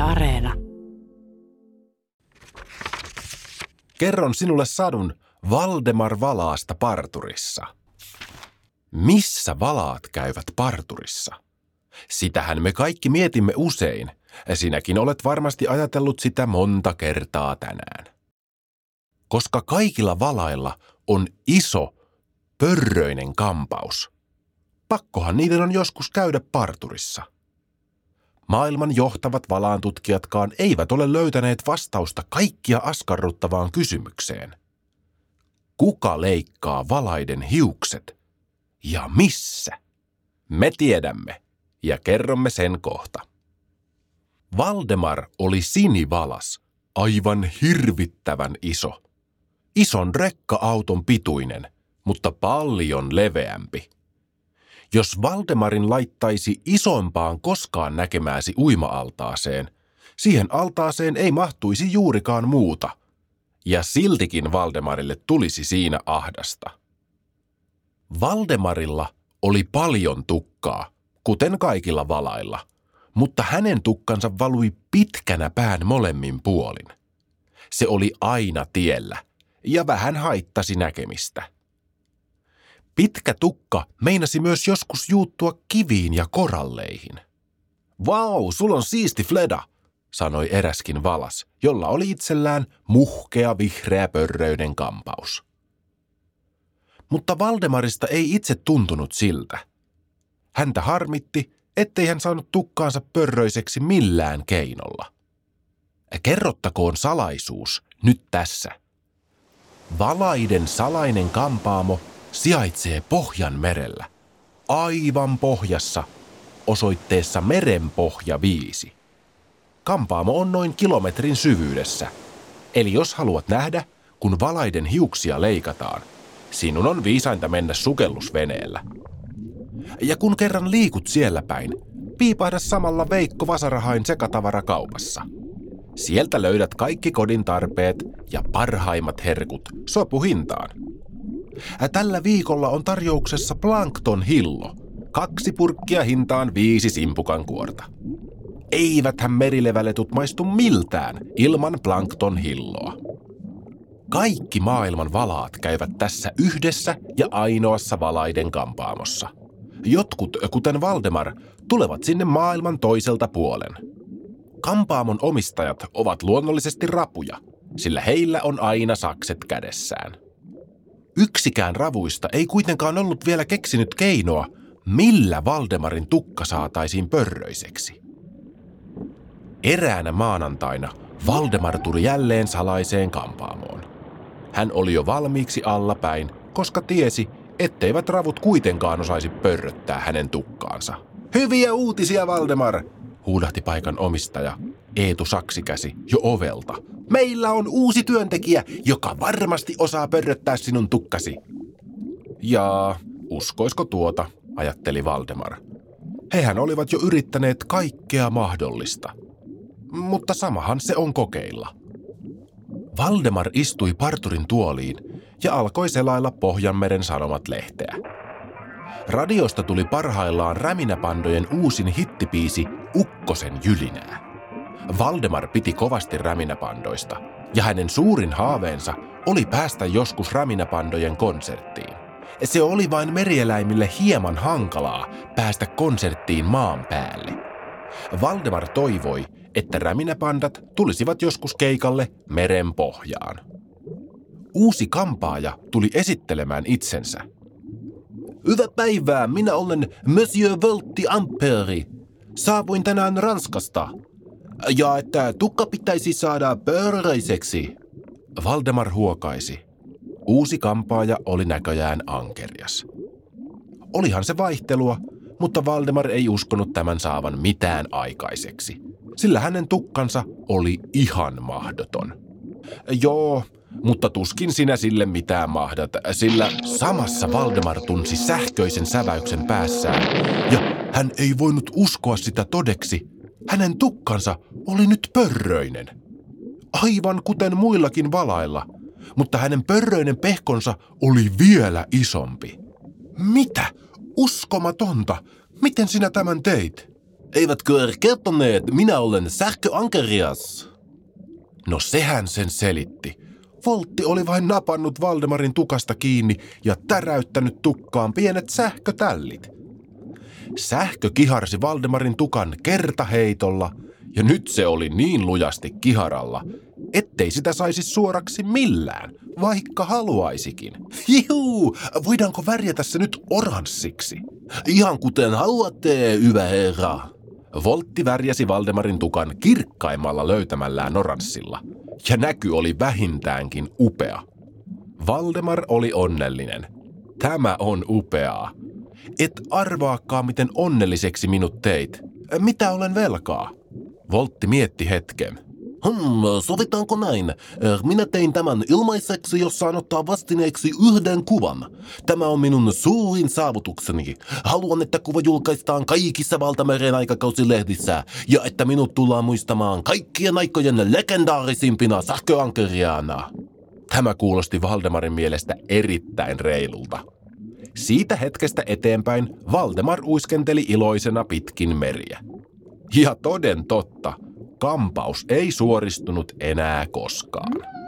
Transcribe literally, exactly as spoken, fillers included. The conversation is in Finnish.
Areena. Kerron sinulle sadun Valdemar Valaasta parturissa. Missä valaat käyvät parturissa? Sitähän me kaikki mietimme usein. Sinäkin olet varmasti ajatellut sitä monta kertaa tänään. Koska kaikilla valailla on iso, pörröinen kampaus. Pakkohan niiden on joskus käydä parturissa. Maailman johtavat valaantutkijatkaan eivät ole löytäneet vastausta kaikkia askarruttavaan kysymykseen. Kuka leikkaa valaiden hiukset? Ja missä? Me tiedämme ja kerromme sen kohta. Valdemar oli sinivalas, aivan hirvittävän iso. Ison rekka-auton pituinen, mutta paljon leveämpi. Jos Valdemarin laittaisi isompaan koskaan näkemääsi uima-altaaseen, siihen altaaseen ei mahtuisi juurikaan muuta. Ja siltikin Valdemarille tulisi siinä ahdasta. Valdemarilla oli paljon tukkaa, kuten kaikilla valailla, mutta hänen tukkansa valui pitkänä pään molemmin puolin. Se oli aina tiellä ja vähän haittasi näkemistä. Pitkä tukka meinasi myös joskus juuttua kiviin ja koralleihin. Vau, sulla on siisti fleda, sanoi eräskin valas, jolla oli itsellään muhkea vihreä pörröinen kampaus. Mutta Valdemarista ei itse tuntunut siltä. Häntä harmitti, ettei hän saanut tukkaansa pörröiseksi millään keinolla. Kerrottakoon salaisuus nyt tässä. Valaiden salainen kampaamo sijaitsee Pohjanmerellä, aivan pohjassa, osoitteessa Merenpohja viisi. Kampaamo on noin kilometrin syvyydessä, eli jos haluat nähdä, kun valaiden hiuksia leikataan, sinun on viisainta mennä sukellusveneellä. Ja kun kerran liikut siellä päin, piipahda samalla Veikko Vasarahain sekatavarakaupassa. Sieltä löydät kaikki kodin tarpeet ja parhaimmat herkut sopuhintaan. Tällä viikolla on tarjouksessa Plankton Hillo. Kaksi purkkia hintaan viisi simpukan kuorta. Eiväthän merileväletut maistu miltään ilman Plankton Hilloa. Kaikki maailman valaat käyvät tässä yhdessä ja ainoassa valaiden kampaamossa. Jotkut, kuten Valdemar, tulevat sinne maailman toiselta puolen. Kampaamon omistajat ovat luonnollisesti rapuja, sillä heillä on aina sakset kädessään. Yksikään ravuista ei kuitenkaan ollut vielä keksinyt keinoa, millä Valdemarin tukka saataisiin pörröiseksi. Eräänä maanantaina Valdemar tuli jälleen salaiseen kampaamoon. Hän oli jo valmiiksi allapäin, koska tiesi, etteivät ravut kuitenkaan osaisi pörröttää hänen tukkaansa. Hyviä uutisia, Valdemar, huudahti paikan omistaja, Eetu Saksikäsi, jo ovelta. Meillä on uusi työntekijä, joka varmasti osaa pörröttää sinun tukkasi. Jaa, uskoisko tuota, ajatteli Valdemar. Hehän olivat jo yrittäneet kaikkea mahdollista. Mutta samahan se on kokeilla. Valdemar istui parturin tuoliin ja alkoi selailla Pohjanmeren Sanomat-lehteä. Radiosta tuli parhaillaan Räminäpandojen uusin hittipiisi Ukkosen jylinää. Valdemar piti kovasti Räminäpandoista, ja hänen suurin haaveensa oli päästä joskus Räminäpandojen konserttiin. Se oli vain merieläimille hieman hankalaa päästä konserttiin maan päälle. Valdemar toivoi, että Räminäpandat tulisivat joskus keikalle meren pohjaan. Uusi kampaaja tuli esittelemään itsensä. Hyvää päivää, minä olen Monsieur Voltti Amperi. Saavuin tänään Ranskasta. Ja että tukka pitäisi saada pörröiseksi. Valdemar huokaisi. Uusi kampaaja oli näköjään ankerias. Olihan se vaihtelua, mutta Valdemar ei uskonut tämän saavan mitään aikaiseksi, sillä hänen tukkansa oli ihan mahdoton. Joo, mutta tuskin sinä sille mitään mahdat, sillä samassa Valdemar tunsi sähköisen säväyksen päässään, ja hän ei voinut uskoa sitä todeksi. Hänen tukkansa oli nyt pörröinen. Aivan kuten muillakin valailla, mutta hänen pörröinen pehkonsa oli vielä isompi. Mitä? Uskomatonta! Miten sinä tämän teit? Eivätkö kertoneet, minä olen sähköankerias? No sehän sen selitti. Voltti oli vain napannut Valdemarin tukasta kiinni ja täräyttänyt tukkaan pienet sähkötällit. Sähkö kiharsi Valdemarin tukan kertaheitolla ja nyt se oli niin lujasti kiharalla, ettei sitä saisi suoraksi millään, vaikka haluaisikin. Jihuu, voidaanko värjätä se nyt oranssiksi? Ihan kuten haluatte, hyvä herra. Voltti värjäsi Valdemarin tukan kirkkaimmalla löytämällään oranssilla, ja näky oli vähintäänkin upea. Valdemar oli onnellinen. Tämä on upeaa. Et arvaakaan, miten onnelliseksi minut teit. Mitä olen velkaa? Voltti mietti hetken. Hmm, sovitaanko näin? Minä tein tämän ilmaiseksi, jos saan ottaa vastineeksi yhden kuvan. Tämä on minun suurin saavutukseni. Haluan, että kuva julkaistaan kaikissa Valtameren aikakausilehdissä ja että minut tullaan muistamaan kaikkien aikojen legendaarisimpina sähköankeriana. Tämä kuulosti Valdemarin mielestä erittäin reilulta. Siitä hetkestä eteenpäin Valdemar uiskenteli iloisena pitkin meriä. Ja toden totta, kampaus ei suoristunut enää koskaan.